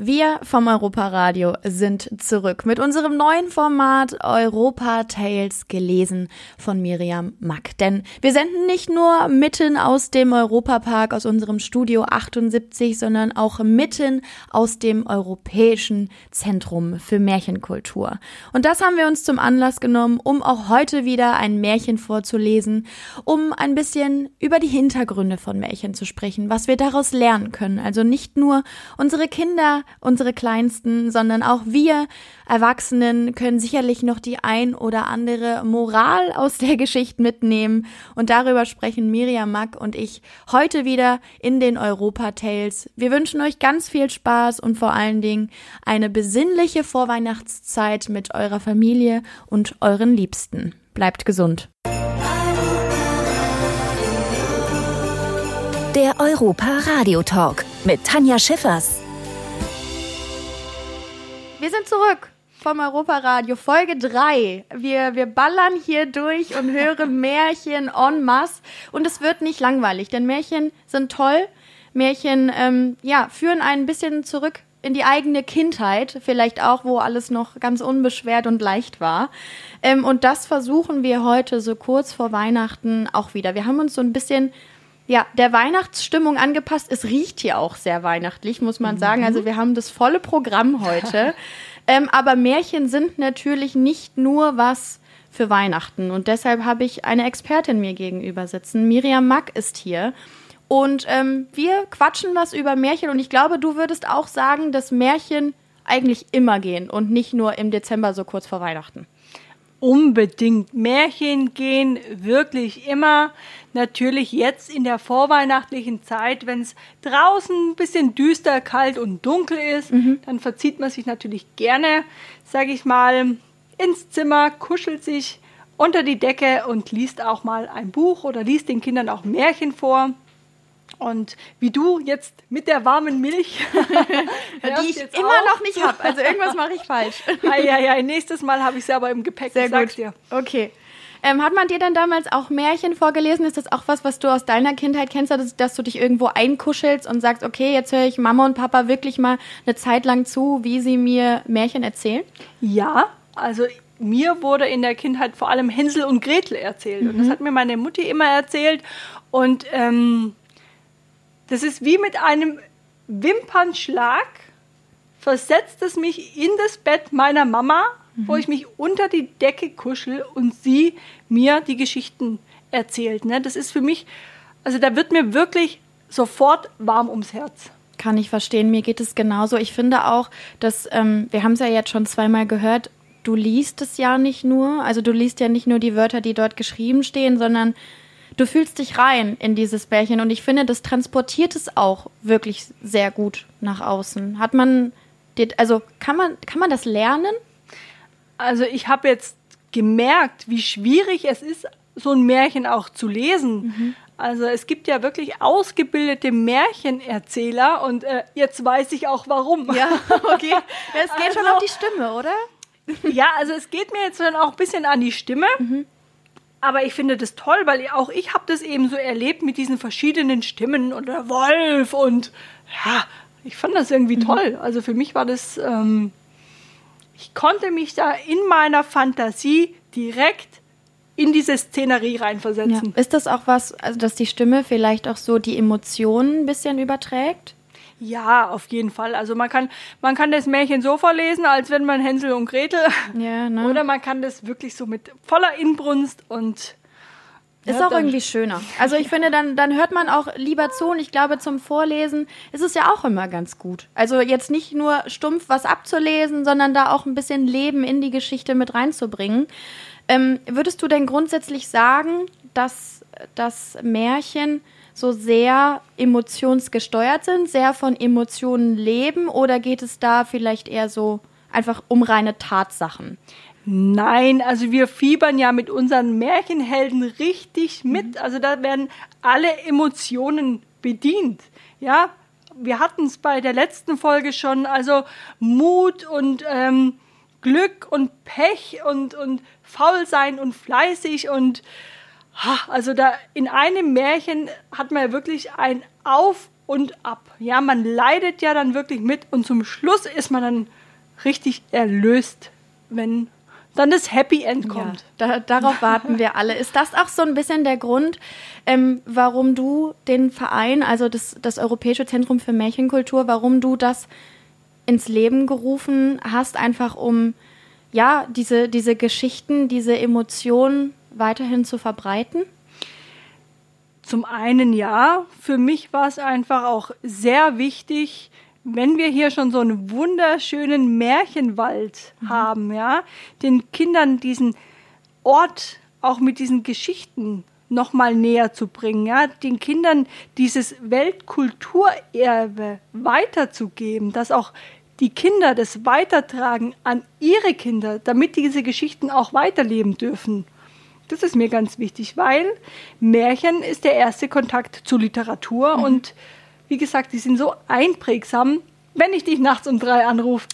Wir vom Europa-Radio sind zurück mit unserem neuen Format Europa Tales, gelesen von Miriam Mack. Denn wir senden nicht nur mitten aus dem Europapark, aus unserem Studio 78, sondern auch mitten aus dem Europäischen Zentrum für Märchenkultur. Und das haben wir uns zum Anlass genommen, um auch heute wieder ein Märchen vorzulesen, um ein bisschen über die Hintergründe von Märchen zu sprechen, was wir daraus lernen können. Also nicht nur unsere Kinder, unsere Kleinsten, sondern auch wir Erwachsenen können sicherlich noch die ein oder andere Moral aus der Geschichte mitnehmen. Und darüber sprechen Miriam Mack und ich heute wieder in den Europa Tales. Wir wünschen euch ganz viel Spaß und vor allen Dingen eine besinnliche Vorweihnachtszeit mit eurer Familie und euren Liebsten. Bleibt gesund. Der Europa Radio Talk mit Tanja Schiffers. Wir sind zurück vom Europa-Radio, Folge 3. Wir ballern hier durch und hören Märchen en masse. Und es wird nicht langweilig, denn Märchen sind toll. Märchen führen ein bisschen zurück in die eigene Kindheit, vielleicht auch, wo alles noch ganz unbeschwert und leicht war. Und das versuchen wir heute so kurz vor Weihnachten auch wieder. Wir haben uns so ein bisschen der Weihnachtsstimmung angepasst. Es riecht hier auch sehr weihnachtlich, muss man sagen. Also wir haben das volle Programm heute. Aber Märchen sind natürlich nicht nur was für Weihnachten. Und deshalb habe ich eine Expertin mir gegenüber sitzen. Miriam Mack ist hier. Und wir quatschen was über Märchen. Und ich glaube, du würdest auch sagen, dass Märchen eigentlich immer gehen und nicht nur im Dezember so kurz vor Weihnachten. Unbedingt. Märchen gehen wirklich immer. Natürlich jetzt in der vorweihnachtlichen Zeit, wenn es draußen ein bisschen düster, kalt und dunkel ist, dann verzieht man sich natürlich gerne, sage ich mal, ins Zimmer, kuschelt sich unter die Decke und liest auch mal ein Buch oder liest den Kindern auch Märchen vor. Und wie du jetzt mit der warmen Milch, die ich immer noch nicht habe. Also irgendwas mache ich falsch. Nächstes Mal habe ich sie aber im Gepäck. Sehr gut. Dir. Okay. Hat man dir denn damals auch Märchen vorgelesen? Ist das auch was du aus deiner Kindheit kennst, dass du dich irgendwo einkuschelst und sagst, okay, jetzt höre ich Mama und Papa wirklich mal eine Zeit lang zu, wie sie mir Märchen erzählen? Ja, also mir wurde in der Kindheit vor allem Hänsel und Gretel erzählt. Und das hat mir meine Mutti immer erzählt. Und das ist wie mit einem Wimpernschlag, versetzt es mich in das Bett meiner Mama, wo ich mich unter die Decke kuschel und sie mir die Geschichten erzählt. Ne? Das ist für mich, also da wird mir wirklich sofort warm ums Herz. Kann ich verstehen, mir geht es genauso. Ich finde auch, dass, wir haben es ja jetzt schon zweimal gehört, du liest es ja nicht nur, also du liest ja nicht nur die Wörter, die dort geschrieben stehen, sondern du fühlst dich rein in dieses Märchen und ich finde, das transportiert es auch wirklich sehr gut nach außen. Kann man das lernen? Also ich habe jetzt gemerkt, wie schwierig es ist, so ein Märchen auch zu lesen. Also es gibt ja wirklich ausgebildete Märchenerzähler und jetzt weiß ich auch warum. Ja, okay. Es geht schon auf die Stimme, oder? Ja, also es geht mir jetzt dann auch ein bisschen an die Stimme. Aber ich finde das toll, weil auch ich habe das eben so erlebt mit diesen verschiedenen Stimmen und der Wolf und ja, ich fand das irgendwie toll. Also für mich war das, ich konnte mich da in meiner Fantasie direkt in diese Szenerie reinversetzen. Ja. Ist das auch was, also dass die Stimme vielleicht auch so die Emotionen ein bisschen überträgt? Ja, auf jeden Fall. Also man kann das Märchen so vorlesen, als wenn man Hänsel und Gretel. Ja, ne? Oder man kann das wirklich so mit voller Inbrunst und ist auch irgendwie schöner. Also ich finde, dann hört man auch lieber zu und ich glaube, zum Vorlesen ist es ja auch immer ganz gut. Also jetzt nicht nur stumpf was abzulesen, sondern da auch ein bisschen Leben in die Geschichte mit reinzubringen. Würdest du denn grundsätzlich sagen, dass das Märchen so sehr emotionsgesteuert sind, sehr von Emotionen leben oder geht es da vielleicht eher so einfach um reine Tatsachen? Nein, also wir fiebern ja mit unseren Märchenhelden richtig mit. Also da werden alle Emotionen bedient. Ja, wir hatten es bei der letzten Folge schon, also Mut und Glück und Pech und faul sein und fleißig und also da in einem Märchen hat man ja wirklich ein Auf und ab. Ja, man leidet ja dann wirklich mit und zum Schluss ist man dann richtig erlöst, wenn dann das Happy End kommt. Ja, darauf warten wir alle. Ist das auch so ein bisschen der Grund, warum du den Verein, also das Europäische Zentrum für Märchenkultur, warum du das ins Leben gerufen hast, einfach um diese Geschichten, diese Emotionen weiterhin zu verbreiten? Zum einen ja, für mich war es einfach auch sehr wichtig, wenn wir hier schon so einen wunderschönen Märchenwald haben, ja, den Kindern diesen Ort auch mit diesen Geschichten noch mal näher zu bringen, ja, den Kindern dieses Weltkulturerbe weiterzugeben, dass auch die Kinder das weitertragen an ihre Kinder, damit diese Geschichten auch weiterleben dürfen. Das ist mir ganz wichtig, weil Märchen ist der erste Kontakt zur Literatur und wie gesagt, die sind so einprägsam. Wenn ich dich nachts um 3 anrufe,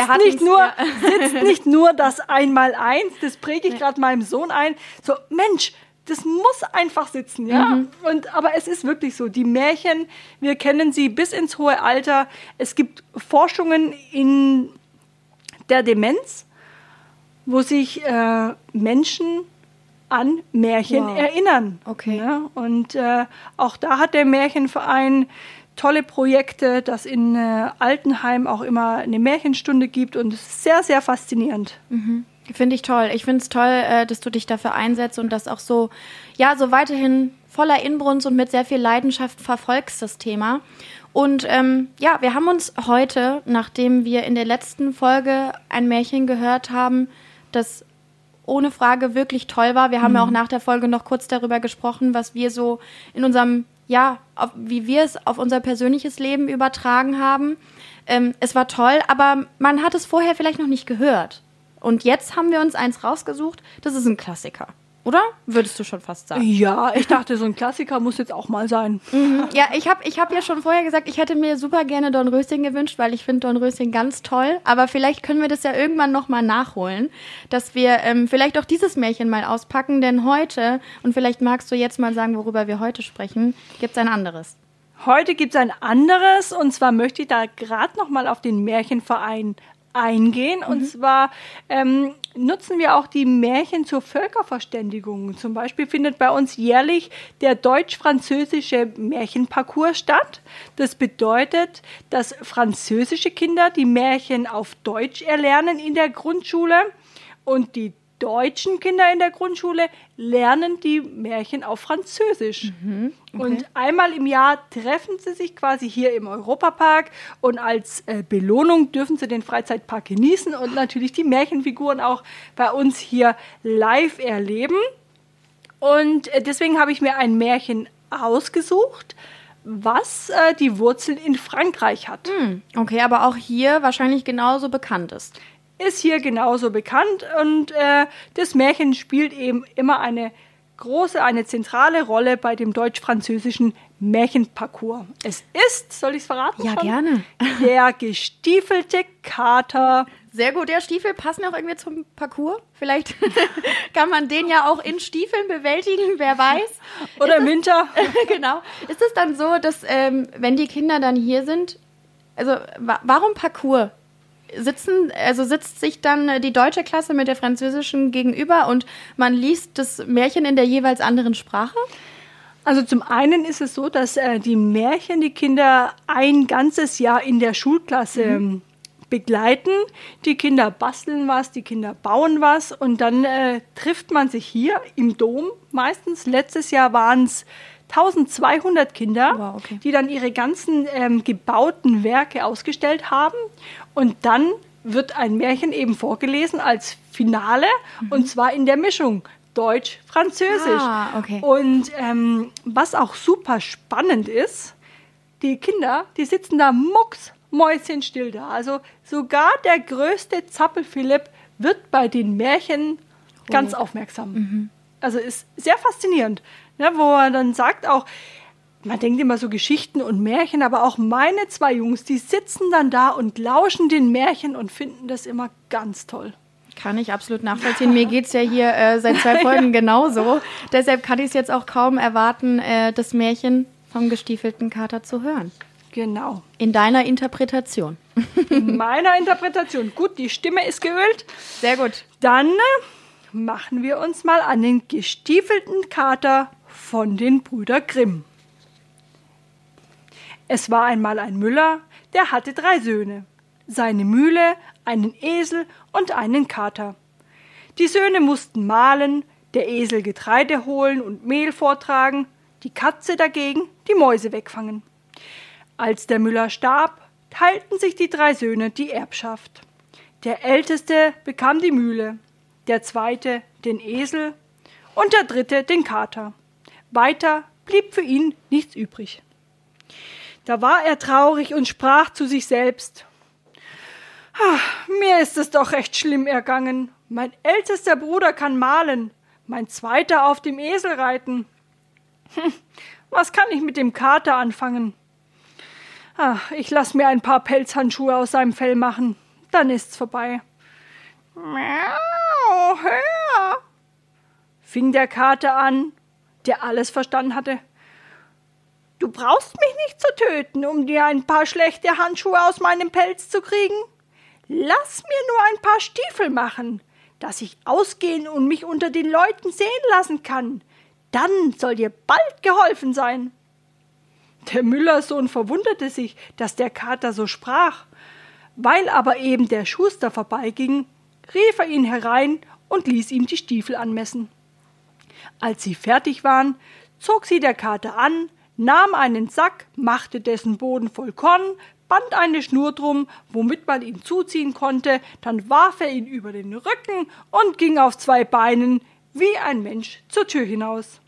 sitzt nicht nur das Einmaleins, das präge ich gerade meinem Sohn ein. So, Mensch, das muss einfach sitzen, ja. Aber es ist wirklich so, die Märchen, wir kennen sie bis ins hohe Alter. Es gibt Forschungen in der Demenz, wo sich Menschen an Märchen erinnern. Okay. Ja? Und auch da hat der Märchenverein tolle Projekte, dass in Altenheim auch immer eine Märchenstunde gibt und es ist sehr, sehr faszinierend. Finde ich toll. Ich finde es toll, dass du dich dafür einsetzt und das auch so weiterhin voller Inbrunst und mit sehr viel Leidenschaft verfolgst, das Thema. Und wir haben uns heute, nachdem wir in der letzten Folge ein Märchen gehört haben, das ohne Frage wirklich toll war. Wir haben ja auch nach der Folge noch kurz darüber gesprochen, was wir so in unserem wie wir es auf unser persönliches Leben übertragen haben. Es war toll, aber man hat es vorher vielleicht noch nicht gehört. Und jetzt haben wir uns eins rausgesucht, das ist ein Klassiker. Oder? Würdest du schon fast sagen. Ja, ich dachte, so ein Klassiker muss jetzt auch mal sein. Ja, ich hab ja schon vorher gesagt, ich hätte mir super gerne Dornröschen gewünscht, weil ich finde Dornröschen ganz toll. Aber vielleicht können wir das ja irgendwann nochmal nachholen, dass wir vielleicht auch dieses Märchen mal auspacken. Denn heute, und vielleicht magst du jetzt mal sagen, worüber wir heute sprechen, gibt es ein anderes. Heute gibt es ein anderes und zwar möchte ich da gerade nochmal auf den Märchenverein eingehen. Und zwar nutzen wir auch die Märchen zur Völkerverständigung. Zum Beispiel findet bei uns jährlich der deutsch-französische Märchenparcours statt. Das bedeutet, dass französische Kinder die Märchen auf Deutsch erlernen in der Grundschule und die deutschen Kinder in der Grundschule lernen die Märchen auf Französisch. Okay. Und einmal im Jahr treffen sie sich quasi hier im Europapark und als Belohnung dürfen sie den Freizeitpark genießen und natürlich die Märchenfiguren auch bei uns hier live erleben. Und deswegen habe ich mir ein Märchen ausgesucht, was die Wurzeln in Frankreich hat. Okay, aber auch hier wahrscheinlich genauso bekannt ist. Ist hier genauso bekannt und das Märchen spielt eben immer eine zentrale Rolle bei dem deutsch-französischen Märchenparcours. Es ist, soll ich es verraten? Ja, schon? gerne. Der gestiefelte Kater. Sehr gut, der Stiefel passen auch irgendwie zum Parcours. Vielleicht kann man den ja auch in Stiefeln bewältigen, wer weiß. Oder im Winter. Genau. Ist es dann so, dass wenn die Kinder dann hier sind, also warum Parcours? Sitzt sich dann die deutsche Klasse mit der französischen gegenüber und man liest das Märchen in der jeweils anderen Sprache? Also zum einen ist es so, dass die Märchen die Kinder ein ganzes Jahr in der Schulklasse begleiten. Die Kinder basteln was, die Kinder bauen was und dann trifft man sich hier im Dom. Meistens, letztes Jahr waren es 1200 Kinder, die dann ihre ganzen gebauten Werke ausgestellt haben. Und dann wird ein Märchen eben vorgelesen als Finale und zwar in der Mischung Deutsch-Französisch. Okay. Und was auch super spannend ist, die Kinder, die sitzen da mucksmäuschenstill da. Also sogar der größte Zappel-Philipp wird bei den Märchen ganz aufmerksam. Also ist sehr faszinierend, ne, wo er dann sagt auch, man denkt immer so Geschichten und Märchen, aber auch meine 2 Jungs, die sitzen dann da und lauschen den Märchen und finden das immer ganz toll. Kann ich absolut nachvollziehen. Mir geht es ja hier seit 2 Folgen genauso. Deshalb kann ich es jetzt auch kaum erwarten, das Märchen vom gestiefelten Kater zu hören. Genau. In deiner Interpretation. In meiner Interpretation. Gut, die Stimme ist geölt. Sehr gut. Dann machen wir uns mal an den gestiefelten Kater von den Brüder Grimm. Es war einmal ein Müller, der hatte 3 Söhne. Seine Mühle, einen Esel und einen Kater. Die Söhne mussten mahlen, der Esel Getreide holen und Mehl vortragen, die Katze dagegen die Mäuse wegfangen. Als der Müller starb, teilten sich die 3 Söhne die Erbschaft. Der Älteste bekam die Mühle, der Zweite den Esel und der Dritte den Kater. Weiter blieb für ihn nichts übrig. Da war er traurig und sprach zu sich selbst: Mir ist es doch recht schlimm ergangen. Mein ältester Bruder kann mahlen, mein Zweiter auf dem Esel reiten. Was kann ich mit dem Kater anfangen? Ich lass mir ein paar Pelzhandschuhe aus seinem Fell machen, dann ist's vorbei. Miau, hör! Fing der Kater an, der alles verstanden hatte. Du brauchst mich nicht zu töten, um dir ein paar schlechte Handschuhe aus meinem Pelz zu kriegen. Lass mir nur ein paar Stiefel machen, dass ich ausgehen und mich unter den Leuten sehen lassen kann. Dann soll dir bald geholfen sein. Der Müllersohn verwunderte sich, dass der Kater so sprach. Weil aber eben der Schuster vorbeiging, rief er ihn herein und ließ ihm die Stiefel anmessen. Als sie fertig waren, zog sie der Kater an, nahm einen Sack, machte dessen Boden voll Korn, band eine Schnur drum, womit man ihn zuziehen konnte, dann warf er ihn über den Rücken und ging auf 2 Beinen wie ein Mensch zur Tür hinaus.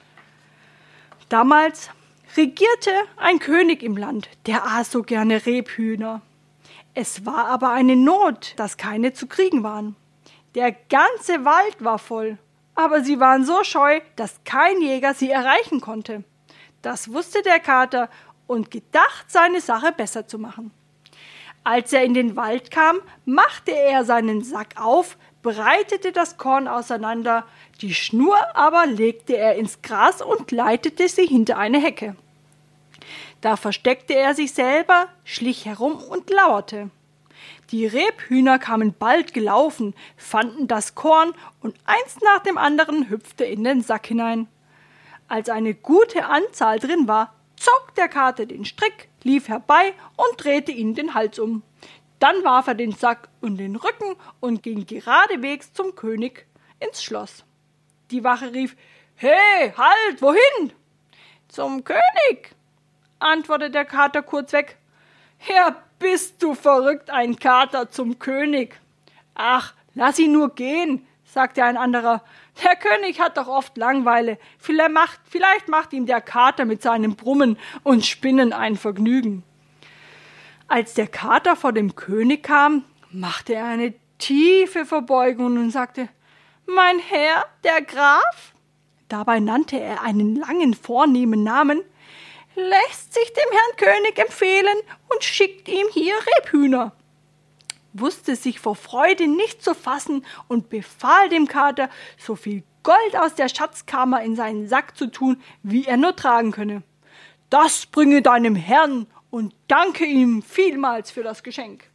Damals regierte ein König im Land, der aß so gerne Rebhühner. Es war aber eine Not, dass keine zu kriegen waren. Der ganze Wald war voll, aber sie waren so scheu, dass kein Jäger sie erreichen konnte. Das wusste der Kater und gedacht, seine Sache besser zu machen. Als er in den Wald kam, machte er seinen Sack auf, breitete das Korn auseinander, die Schnur aber legte er ins Gras und leitete sie hinter eine Hecke. Da versteckte er sich selber, schlich herum und lauerte. Die Rebhühner kamen bald gelaufen, fanden das Korn und eins nach dem anderen hüpfte in den Sack hinein. Als eine gute Anzahl drin war, zog der Kater den Strick, lief herbei und drehte ihnen den Hals um. Dann warf er den Sack um den Rücken und ging geradewegs zum König ins Schloss. Die Wache rief: »Hey, halt, wohin?« »Zum König«, antwortete der Kater kurzweg. »Ja, bist du verrückt, ein Kater zum König?« »Ach, lass ihn nur gehen«, sagte ein anderer. »Der König hat doch oft Langeweile. Vielleicht macht ihm der Kater mit seinem Brummen und Spinnen ein Vergnügen.« Als der Kater vor dem König kam, machte er eine tiefe Verbeugung und sagte: »Mein Herr, der Graf«, dabei nannte er einen langen, vornehmen Namen, »lässt sich dem Herrn König empfehlen und schickt ihm hier Rebhühner«, wusste sich vor Freude nicht zu fassen und befahl dem Kater, so viel Gold aus der Schatzkammer in seinen Sack zu tun, wie er nur tragen könne. »Das bringe deinem Herrn und danke ihm vielmals für das Geschenk.«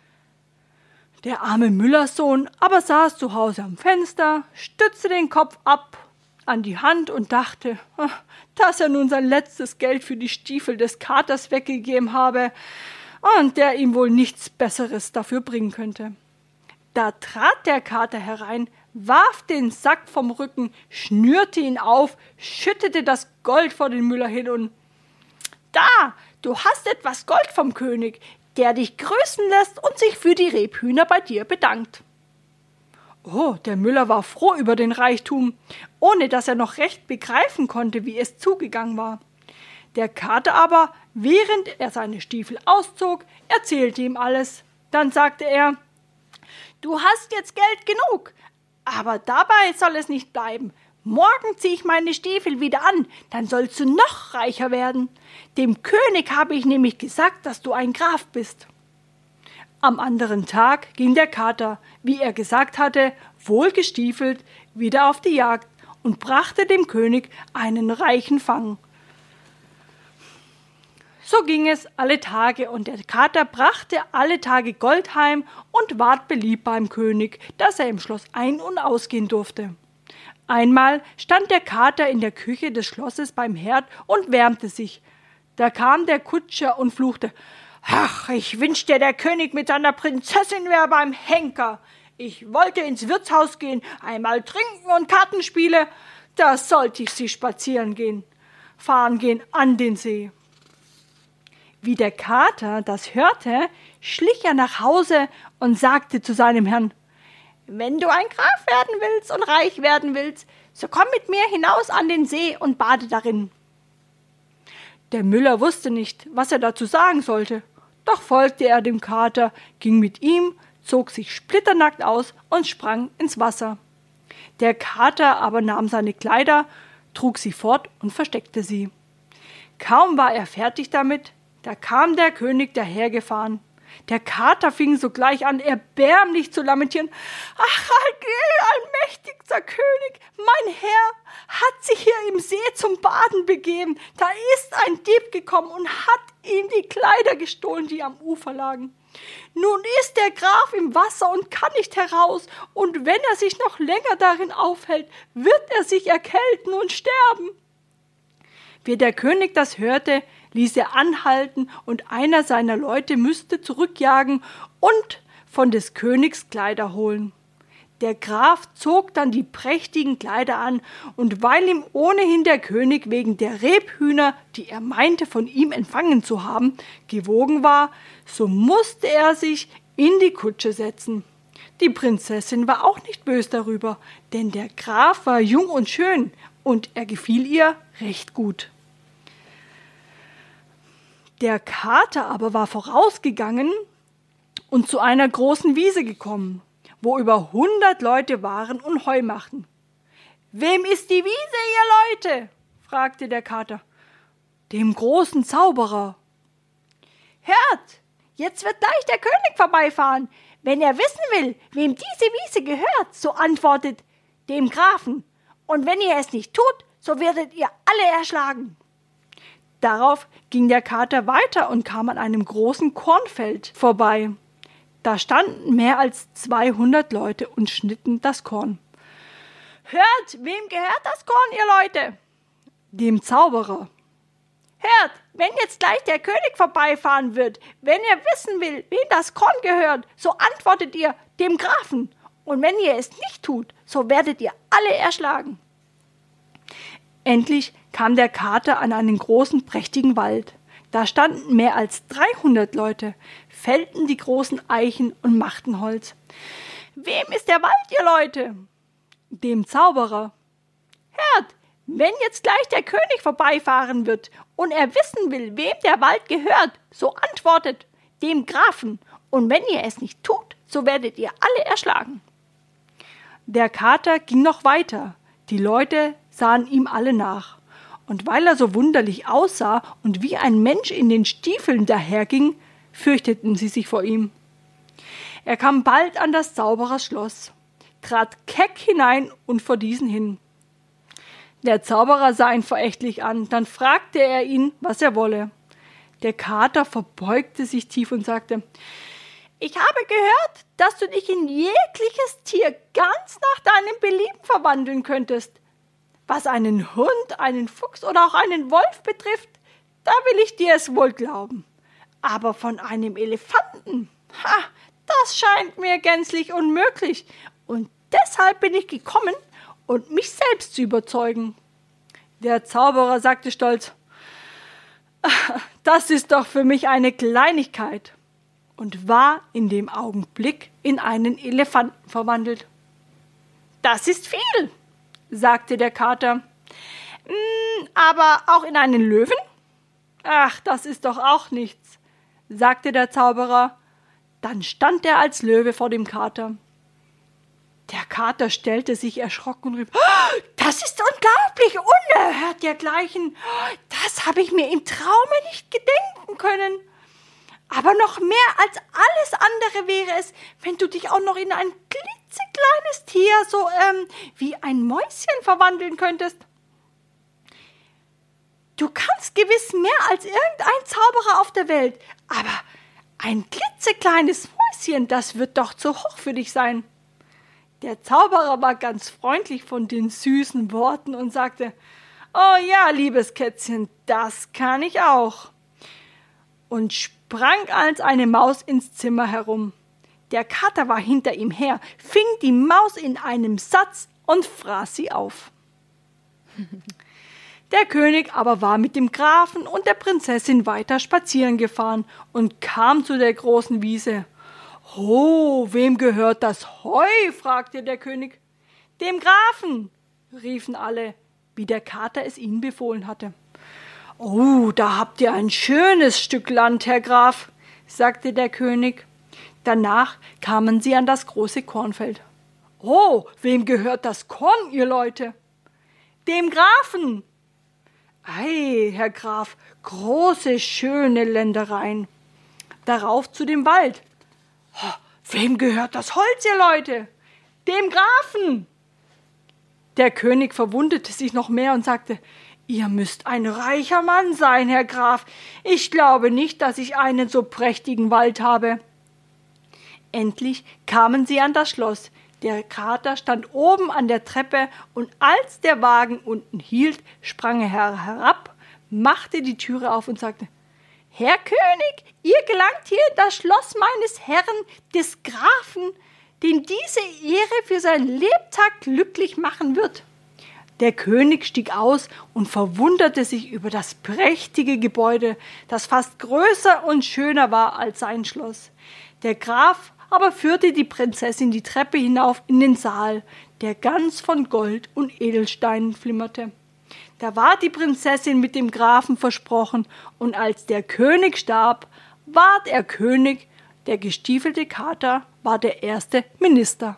Der arme Müllersohn aber saß zu Hause am Fenster, stützte den Kopf ab an die Hand und dachte, dass er nun sein letztes Geld für die Stiefel des Katers weggegeben habe und der ihm wohl nichts Besseres dafür bringen könnte. Da trat der Kater herein, warf den Sack vom Rücken, schnürte ihn auf, schüttete das Gold vor den Müller hin und »Da, du hast etwas Gold vom König, der dich grüßen lässt und sich für die Rebhühner bei dir bedankt.« Oh, der Müller war froh über den Reichtum, ohne dass er noch recht begreifen konnte, wie es zugegangen war. Der Kater aber, während er seine Stiefel auszog, erzählte ihm alles. Dann sagte er: »Du hast jetzt Geld genug, aber dabei soll es nicht bleiben. Morgen ziehe ich meine Stiefel wieder an, dann sollst du noch reicher werden. Dem König habe ich nämlich gesagt, dass du ein Graf bist.« Am anderen Tag ging der Kater, wie er gesagt hatte, wohlgestiefelt, wieder auf die Jagd und brachte dem König einen reichen Fang. So ging es alle Tage, und der Kater brachte alle Tage Gold heim und ward beliebt beim König, dass er im Schloss ein- und ausgehen durfte. Einmal stand der Kater in der Küche des Schlosses beim Herd und wärmte sich. Da kam der Kutscher und fluchte: »Ach, ich wünschte, der König mit seiner Prinzessin wäre beim Henker. Ich wollte ins Wirtshaus gehen, einmal trinken und Kartenspiele. Da sollte ich sie fahren gehen an den See.« Wie der Kater das hörte, schlich er nach Hause und sagte zu seinem Herrn: »Wenn du ein Graf werden willst und reich werden willst, so komm mit mir hinaus an den See und bade darin.« Der Müller wusste nicht, was er dazu sagen sollte, doch folgte er dem Kater, ging mit ihm, zog sich splitternackt aus und sprang ins Wasser. Der Kater aber nahm seine Kleider, trug sie fort und versteckte sie. Kaum war er fertig damit, da kam der König dahergefahren. Der Kater fing sogleich an, erbärmlich zu lamentieren: »Ach, allmächtigster König, mein Herr hat sich hier im See zum Baden begeben. Da ist ein Dieb gekommen und hat ihm die Kleider gestohlen, die am Ufer lagen. Nun ist der Graf im Wasser und kann nicht heraus, und wenn er sich noch länger darin aufhält, wird er sich erkälten und sterben.« Wie der König das hörte, ließ er anhalten, und einer seiner Leute müsste zurückjagen und von des Königs Kleider holen. Der Graf zog dann die prächtigen Kleider an, und weil ihm ohnehin der König wegen der Rebhühner, die er meinte von ihm empfangen zu haben, gewogen war, so musste er sich in die Kutsche setzen. Die Prinzessin war auch nicht bös darüber, denn der Graf war jung und schön, und er gefiel ihr recht gut. Der Kater aber war vorausgegangen und zu einer großen Wiese gekommen, wo über 100 Leute waren und Heu machten. »Wem ist die Wiese, ihr Leute?« fragte der Kater. »Dem großen Zauberer.« »Hört, jetzt wird gleich der König vorbeifahren. Wenn er wissen will, wem diese Wiese gehört, so antwortet: dem Grafen. Und wenn ihr es nicht tut, so werdet ihr alle erschlagen.« Darauf ging der Kater weiter und kam an einem großen Kornfeld vorbei. Da standen mehr als 200 Leute und schnitten das Korn. »Hört, wem gehört das Korn, ihr Leute?« »Dem Zauberer.« »Hört, wenn jetzt gleich der König vorbeifahren wird, wenn er wissen will, wem das Korn gehört, so antwortet ihr: dem Grafen. Und wenn ihr es nicht tut, so werdet ihr alle erschlagen.« Endlich kam der Kater an einen großen, prächtigen Wald. Da standen mehr als 300 Leute, fällten die großen Eichen und machten Holz. »Wem ist der Wald, ihr Leute?« »Dem Zauberer.« »Hört, wenn jetzt gleich der König vorbeifahren wird und er wissen will, wem der Wald gehört, so antwortet: dem Grafen. Und wenn ihr es nicht tut, so werdet ihr alle erschlagen.« Der Kater ging noch weiter. Die Leute sahen ihm alle nach. Und weil er so wunderlich aussah und wie ein Mensch in den Stiefeln daherging, fürchteten sie sich vor ihm. Er kam bald an das Zauberers Schloss, trat keck hinein und vor diesen hin. Der Zauberer sah ihn verächtlich an, dann fragte er ihn, was er wolle. Der Kater verbeugte sich tief und sagte: »Ich habe gehört, dass du dich in jegliches Tier ganz nach deinem Belieben verwandeln könntest. Was einen Hund, einen Fuchs oder auch einen Wolf betrifft, da will ich dir es wohl glauben. Aber von einem Elefanten, das scheint mir gänzlich unmöglich, und deshalb bin ich gekommen, und mich selbst zu überzeugen.« Der Zauberer sagte stolz: »Das ist doch für mich eine Kleinigkeit«, und war in dem Augenblick in einen Elefanten verwandelt. »Das ist viel«, sagte der Kater. »Aber auch in einen Löwen?« »Ach, das ist doch auch nichts«, sagte der Zauberer. Dann stand er als Löwe vor dem Kater. Der Kater stellte sich erschrocken und rief: »Das ist unglaublich, unerhört dergleichen. Das habe ich mir im Traume nicht gedenken können. Aber noch mehr als alles andere wäre es, wenn du dich auch noch in ein klitzekleines Tier, so wie ein Mäuschen, verwandeln könntest.« du kannst gewiss mehr als irgendein Zauberer auf der Welt, aber ein klitzekleines Mäuschen, das wird doch zu hoch für dich sein. Der Zauberer war ganz freundlich von den süßen Worten und sagte, oh ja, liebes Kätzchen, das kann ich auch. Und sprang als eine Maus ins Zimmer herum. Der Kater war hinter ihm her, fing die Maus in einem Satz und fraß sie auf. Der König aber war mit dem Grafen und der Prinzessin weiter spazieren gefahren und kam zu der großen Wiese. »Oh, wem gehört das Heu?« fragte der König. »Dem Grafen«, riefen alle, wie der Kater es ihnen befohlen hatte. »Oh, da habt ihr ein schönes Stück Land, Herr Graf«, sagte der König. Danach kamen sie an das große Kornfeld. »Oh, wem gehört das Korn, ihr Leute?« »Dem Grafen.« »Ei, Herr Graf, große, schöne Ländereien.« Darauf zu dem Wald. »Oh, wem gehört das Holz, ihr Leute?« »Dem Grafen.« Der König verwunderte sich noch mehr und sagte, »Ihr müsst ein reicher Mann sein, Herr Graf. Ich glaube nicht, dass ich einen so prächtigen Wald habe.« Endlich kamen sie an das Schloss. Der Kater stand oben an der Treppe und als der Wagen unten hielt, sprang er herab, machte die Türe auf und sagte, »Herr König, ihr gelangt hier in das Schloss meines Herrn, des Grafen, den diese Ehre für seinen Lebtag glücklich machen wird.« Der König stieg aus und verwunderte sich über das prächtige Gebäude, das fast größer und schöner war als sein Schloss. Der Graf aber führte die Prinzessin die Treppe hinauf in den Saal, der ganz von Gold und Edelsteinen flimmerte. Da war die Prinzessin mit dem Grafen versprochen, und als der König starb, ward er König, der gestiefelte Kater war der erste Minister.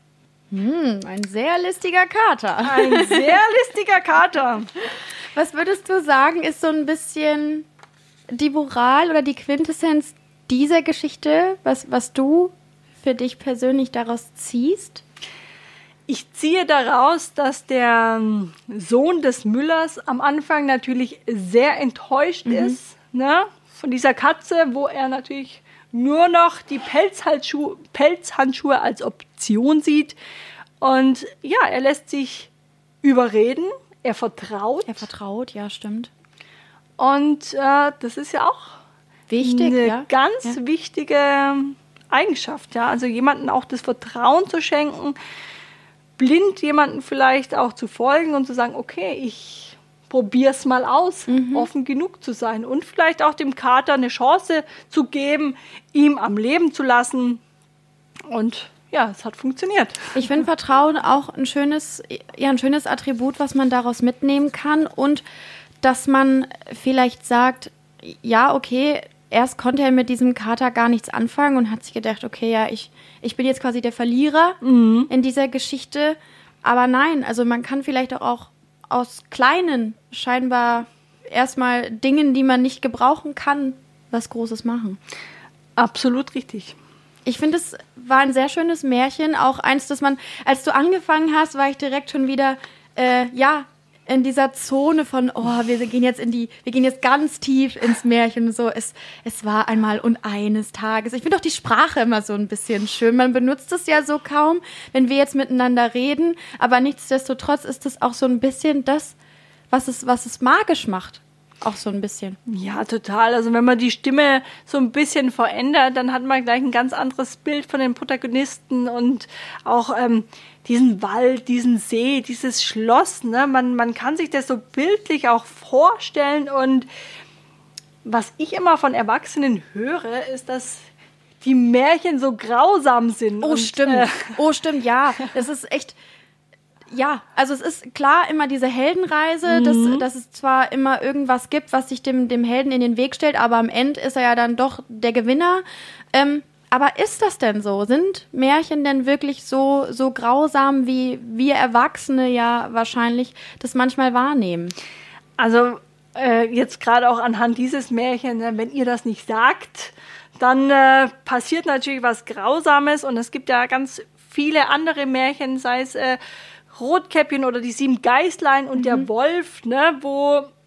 Ein sehr listiger Kater. Ein sehr listiger Kater. Was würdest du sagen, ist so ein bisschen die Moral oder die Quintessenz dieser Geschichte, was du für dich persönlich daraus ziehst? Ich ziehe daraus, dass der Sohn des Müllers am Anfang natürlich sehr enttäuscht ist, ne, von dieser Katze, wo er natürlich nur noch die Pelzhandschuhe als Option sieht. Und ja, er lässt sich überreden, er vertraut. Er vertraut, ja, stimmt. Und das ist ja auch wichtig, eine ganz wichtige Eigenschaft. Ja? Also jemandem auch das Vertrauen zu schenken, blind jemandem vielleicht auch zu folgen und zu sagen, okay, ich probiere es mal aus, offen genug zu sein und vielleicht auch dem Kater eine Chance zu geben, ihm am Leben zu lassen. Und ja, es hat funktioniert. Ich finde Vertrauen auch ein schönes Attribut, was man daraus mitnehmen kann und dass man vielleicht sagt, ja, okay, erst konnte er mit diesem Kater gar nichts anfangen und hat sich gedacht, okay, ja, ich bin jetzt quasi der Verlierer in dieser Geschichte. Aber nein, also man kann vielleicht auch aus kleinen, scheinbar erstmal Dingen, die man nicht gebrauchen kann, was Großes machen. Absolut richtig. Ich finde, es war ein sehr schönes Märchen, auch eins, das man, als du angefangen hast, war ich direkt schon wieder, in dieser Zone von, wir gehen jetzt ganz tief ins Märchen und so. Es war einmal und eines Tages. Ich finde auch die Sprache immer so ein bisschen schön. Man benutzt es ja so kaum, wenn wir jetzt miteinander reden, aber nichtsdestotrotz ist es auch so ein bisschen das, was es magisch macht. Auch so ein bisschen. Ja, total. Also wenn man die Stimme so ein bisschen verändert, dann hat man gleich ein ganz anderes Bild von den Protagonisten und auch diesen Wald, diesen See, dieses Schloss. Ne? Man kann sich das so bildlich auch vorstellen. Und was ich immer von Erwachsenen höre, ist, dass die Märchen so grausam sind. Stimmt, ja. Das ist echt... Ja, also es ist klar immer diese Heldenreise, dass es zwar immer irgendwas gibt, was sich dem Helden in den Weg stellt, aber am Ende ist er ja dann doch der Gewinner. Aber ist das denn so? Sind Märchen denn wirklich so grausam, wie wir Erwachsene ja wahrscheinlich das manchmal wahrnehmen? Also jetzt gerade auch anhand dieses Märchens, wenn ihr das nicht sagt, dann passiert natürlich was Grausames und es gibt ja ganz viele andere Märchen, sei es Rotkäppchen oder die 7 Geißlein und der Wolf, ne, wo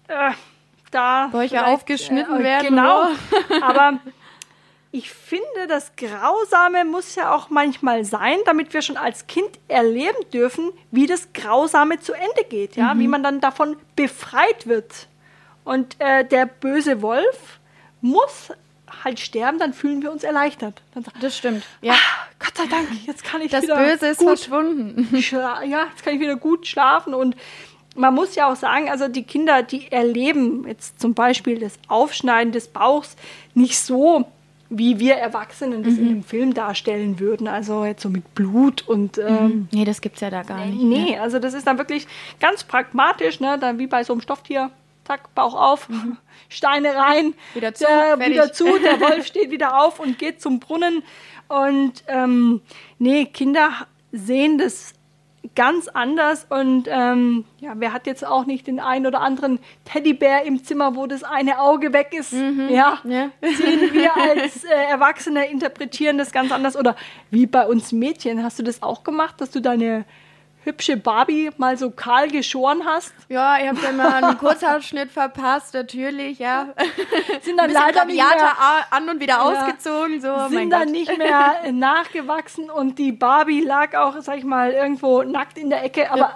da Bäuche aufgeschnitten werden. Genau, aber ich finde, das Grausame muss ja auch manchmal sein, damit wir schon als Kind erleben dürfen, wie das Grausame zu Ende geht, ja, wie man dann davon befreit wird. Und der böse Wolf muss halt sterben, dann fühlen wir uns erleichtert. Dann das stimmt, ja. Gott sei Dank, jetzt kann ich das wieder Böse ist gut verschwunden. jetzt kann ich wieder gut schlafen. Und man muss ja auch sagen, also die Kinder, die erleben jetzt zum Beispiel das Aufschneiden des Bauchs nicht so, wie wir Erwachsenen das in einem Film darstellen würden. Also jetzt so mit Blut und... Nee, das gibt's ja da gar nicht. Nee, also das ist dann wirklich ganz pragmatisch, ne? Dann wie bei so einem Stofftier. Zack, Bauch auf, Steine rein, wieder zu, der Wolf steht wieder auf und geht zum Brunnen. Und Kinder sehen das ganz anders. Und wer hat jetzt auch nicht den einen oder anderen Teddybär im Zimmer, wo das eine Auge weg ist? Sehen wir als Erwachsene, interpretieren das ganz anders. Oder wie bei uns Mädchen, hast du das auch gemacht, dass du deine hübsche Barbie mal so kahl geschoren hast? Ja, ich habe dann mal einen Kurzhaarschnitt verpasst, natürlich, ja. Sind dann leider nicht mehr an und wieder ausgezogen, so. Sind dann nicht mehr nachgewachsen und die Barbie lag auch, sag ich mal, irgendwo nackt in der Ecke, aber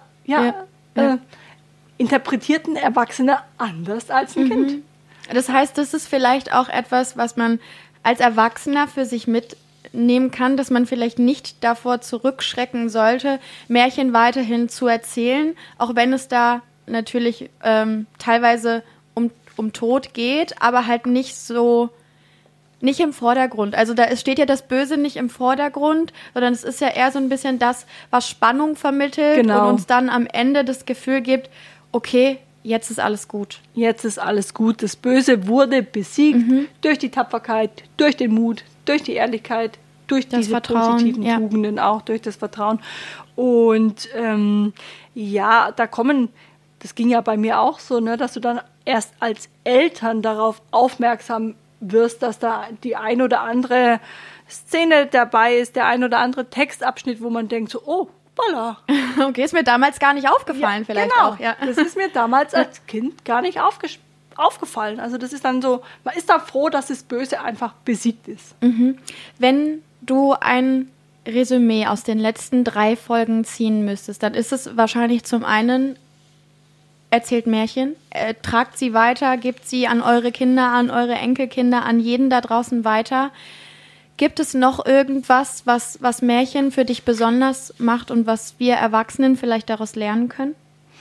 interpretierten Erwachsene anders als ein Kind. Das heißt, das ist vielleicht auch etwas, was man als Erwachsener für sich mitnehmen kann, dass man vielleicht nicht davor zurückschrecken sollte, Märchen weiterhin zu erzählen, auch wenn es da natürlich teilweise um Tod geht, aber halt nicht im Vordergrund. Also da steht ja das Böse nicht im Vordergrund, sondern es ist ja eher so ein bisschen das, was Spannung vermittelt und uns dann am Ende das Gefühl gibt, okay, jetzt ist alles gut. Jetzt ist alles gut. Das Böse wurde besiegt durch die Tapferkeit, durch den Mut, durch die Ehrlichkeit, durch das diese Vertrauen, positiven Tugenden, auch durch das Vertrauen. Und da kommen, das ging ja bei mir auch so, ne, dass du dann erst als Eltern darauf aufmerksam wirst, dass da die ein oder andere Szene dabei ist, der ein oder andere Textabschnitt, wo man denkt so, oh, voila. Okay, ist mir damals gar nicht aufgefallen, vielleicht genau. auch. Ja. Das ist mir damals als Kind gar nicht aufgefallen. Also das ist dann so, man ist da froh, dass das Böse einfach besiegt ist. Wenn du ein Resümee aus den letzten 3 Folgen ziehen müsstest, dann ist es wahrscheinlich zum einen, erzählt Märchen, tragt sie weiter, gebt sie an eure Kinder, an eure Enkelkinder, an jeden da draußen weiter. Gibt es noch irgendwas, was Märchen für dich besonders macht und was wir Erwachsenen vielleicht daraus lernen können?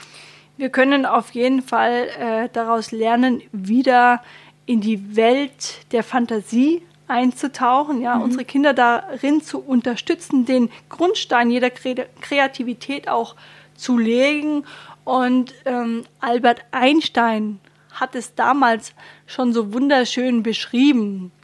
Wir können auf jeden Fall daraus lernen, wieder in die Welt der Fantasie einzutauchen, unsere Kinder darin zu unterstützen, den Grundstein jeder Kreativität auch zu legen. Und Albert Einstein hat es damals schon so wunderschön beschrieben.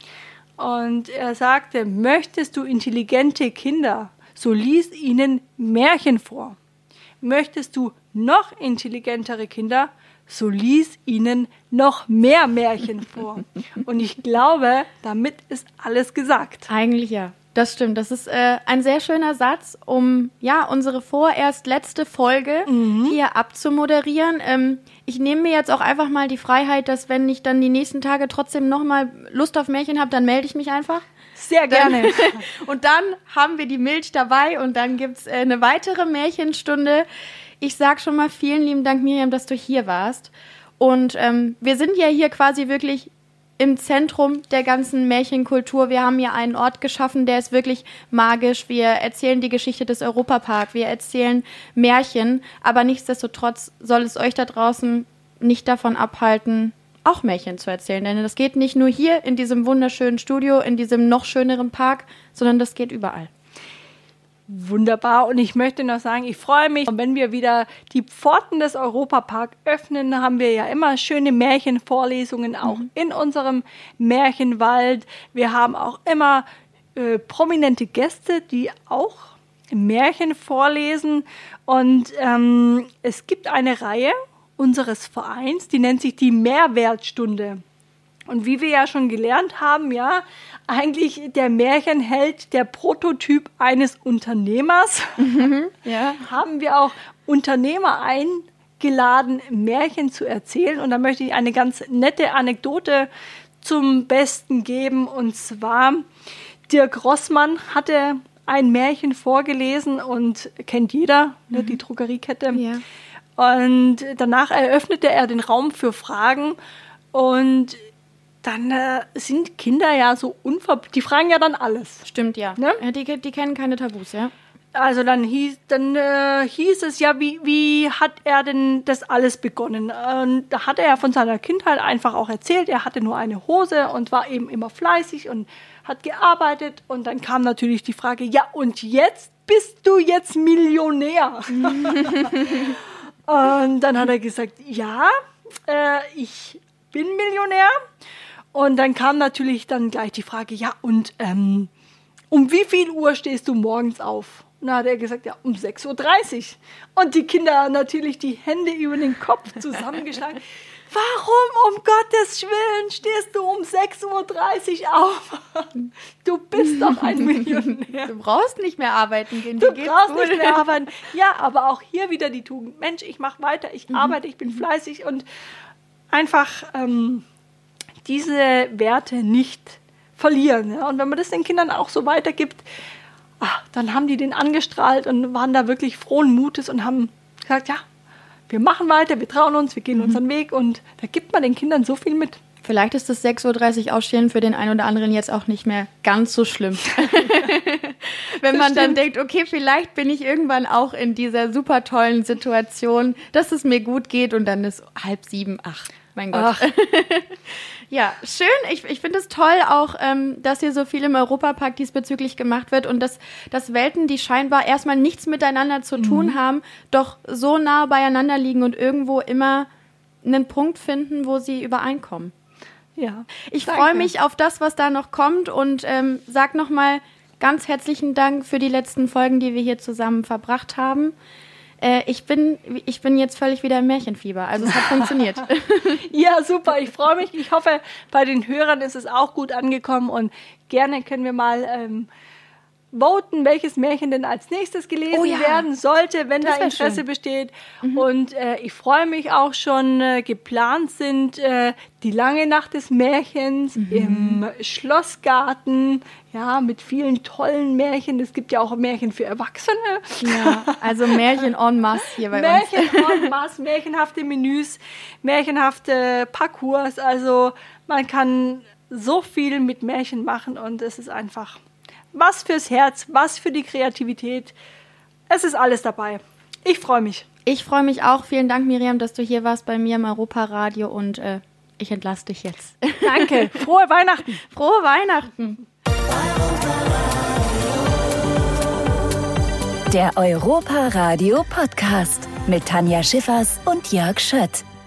Und er sagte, möchtest du intelligente Kinder, so lies ihnen Märchen vor. Möchtest du noch intelligentere Kinder, so lies ihnen noch mehr Märchen vor. Und ich glaube, damit ist alles gesagt. Eigentlich ja. Das stimmt, das ist ein sehr schöner Satz, um unsere vorerst letzte Folge hier abzumoderieren. Ich nehme mir jetzt auch einfach mal die Freiheit, dass wenn ich dann die nächsten Tage trotzdem nochmal Lust auf Märchen habe, dann melde ich mich einfach. Sehr gerne. Und dann haben wir die Milch dabei und dann gibt's eine weitere Märchenstunde. Ich sag schon mal vielen lieben Dank, Miriam, dass du hier warst. Und wir sind ja hier quasi wirklich im Zentrum der ganzen Märchenkultur. Wir haben hier einen Ort geschaffen, der ist wirklich magisch. Wir erzählen die Geschichte des Europapark, wir erzählen Märchen, aber nichtsdestotrotz soll es euch da draußen nicht davon abhalten, auch Märchen zu erzählen. Denn das geht nicht nur hier in diesem wunderschönen Studio, in diesem noch schöneren Park, sondern das geht überall. Wunderbar. Und ich möchte noch sagen, ich freue mich, wenn wir wieder die Pforten des Europapark öffnen, haben wir ja immer schöne Märchenvorlesungen auch in unserem Märchenwald. Wir haben auch immer prominente Gäste, die auch Märchen vorlesen. Und es gibt eine Reihe unseres Vereins, die nennt sich die Mehrwertstunde. Und wie wir ja schon gelernt haben, eigentlich der Märchenheld, der Prototyp eines Unternehmers, haben wir auch Unternehmer geladen, Märchen zu erzählen. Und da möchte ich eine ganz nette Anekdote zum Besten geben. Und zwar, Dirk Rossmann hatte ein Märchen vorgelesen und kennt jeder, ne, die Drogeriekette. Ja. Und danach eröffnete er den Raum für Fragen. Und dann sind Kinder ja so die fragen ja dann alles. Stimmt, ja. Ne? Die kennen keine Tabus, ja. Also dann hieß es ja, wie hat er denn das alles begonnen? Und da hat er ja von seiner Kindheit einfach auch erzählt, er hatte nur eine Hose und war eben immer fleißig und hat gearbeitet. Und dann kam natürlich die Frage, ja und jetzt bist du jetzt Millionär? Und dann hat er gesagt, ja, ich bin Millionär. Und dann kam natürlich dann gleich die Frage, ja und um wie viel Uhr stehst du morgens auf? Und dann hat er gesagt, ja, um 6.30 Uhr. Und die Kinder natürlich die Hände über den Kopf zusammengeschlagen. Warum, um Gottes Willen, stehst du um 6.30 Uhr auf? Du bist doch ein Millionär. Du brauchst nicht mehr arbeiten gehen. Du brauchst nicht mehr arbeiten. Ja, aber auch hier wieder die Tugend. Mensch, ich mache weiter, ich arbeite, ich bin fleißig und einfach diese Werte nicht verlieren. Ja? Und wenn man das den Kindern auch so weitergibt, dann haben die den angestrahlt und waren da wirklich frohen Mutes und haben gesagt, ja, wir machen weiter, wir trauen uns, wir gehen unseren Weg und da gibt man den Kindern so viel mit. Vielleicht ist das 6.30 Uhr Aufstehen für den einen oder anderen jetzt auch nicht mehr ganz so schlimm. Wenn man dann denkt, okay, vielleicht bin ich irgendwann auch in dieser super tollen Situation, dass es mir gut geht und dann ist 6:30, mein Gott. Ja, schön. Ich finde es toll auch, dass hier so viel im Europapark diesbezüglich gemacht wird und dass Welten, die scheinbar erstmal nichts miteinander zu tun haben, doch so nah beieinander liegen und irgendwo immer einen Punkt finden, wo sie übereinkommen. Ja, ich freue mich auf das, was da noch kommt und sag nochmal ganz herzlichen Dank für die letzten Folgen, die wir hier zusammen verbracht haben. Ich bin jetzt völlig wieder im Märchenfieber, also es hat funktioniert. Ja, super, ich freue mich. Ich hoffe, bei den Hörern ist es auch gut angekommen und gerne können wir mal voten, welches Märchen denn als nächstes gelesen werden sollte, wenn da Interesse besteht. Und ich freue mich auch schon, geplant sind die lange Nacht des Märchens im Schlossgarten, ja, mit vielen tollen Märchen. Es gibt ja auch Märchen für Erwachsene. Ja, also Märchen en masse hier bei uns. Märchen en masse, märchenhafte Menüs, märchenhafte Parcours. Also man kann so viel mit Märchen machen und es ist einfach was fürs Herz, was für die Kreativität. Es ist alles dabei. Ich freue mich. Ich freue mich auch. Vielen Dank, Miriam, dass du hier warst bei mir im Europaradio und ich entlasse dich jetzt. Danke. Frohe Weihnachten. Frohe Weihnachten. Der Europaradio Podcast mit Tanja Schiffers und Jörg Schött.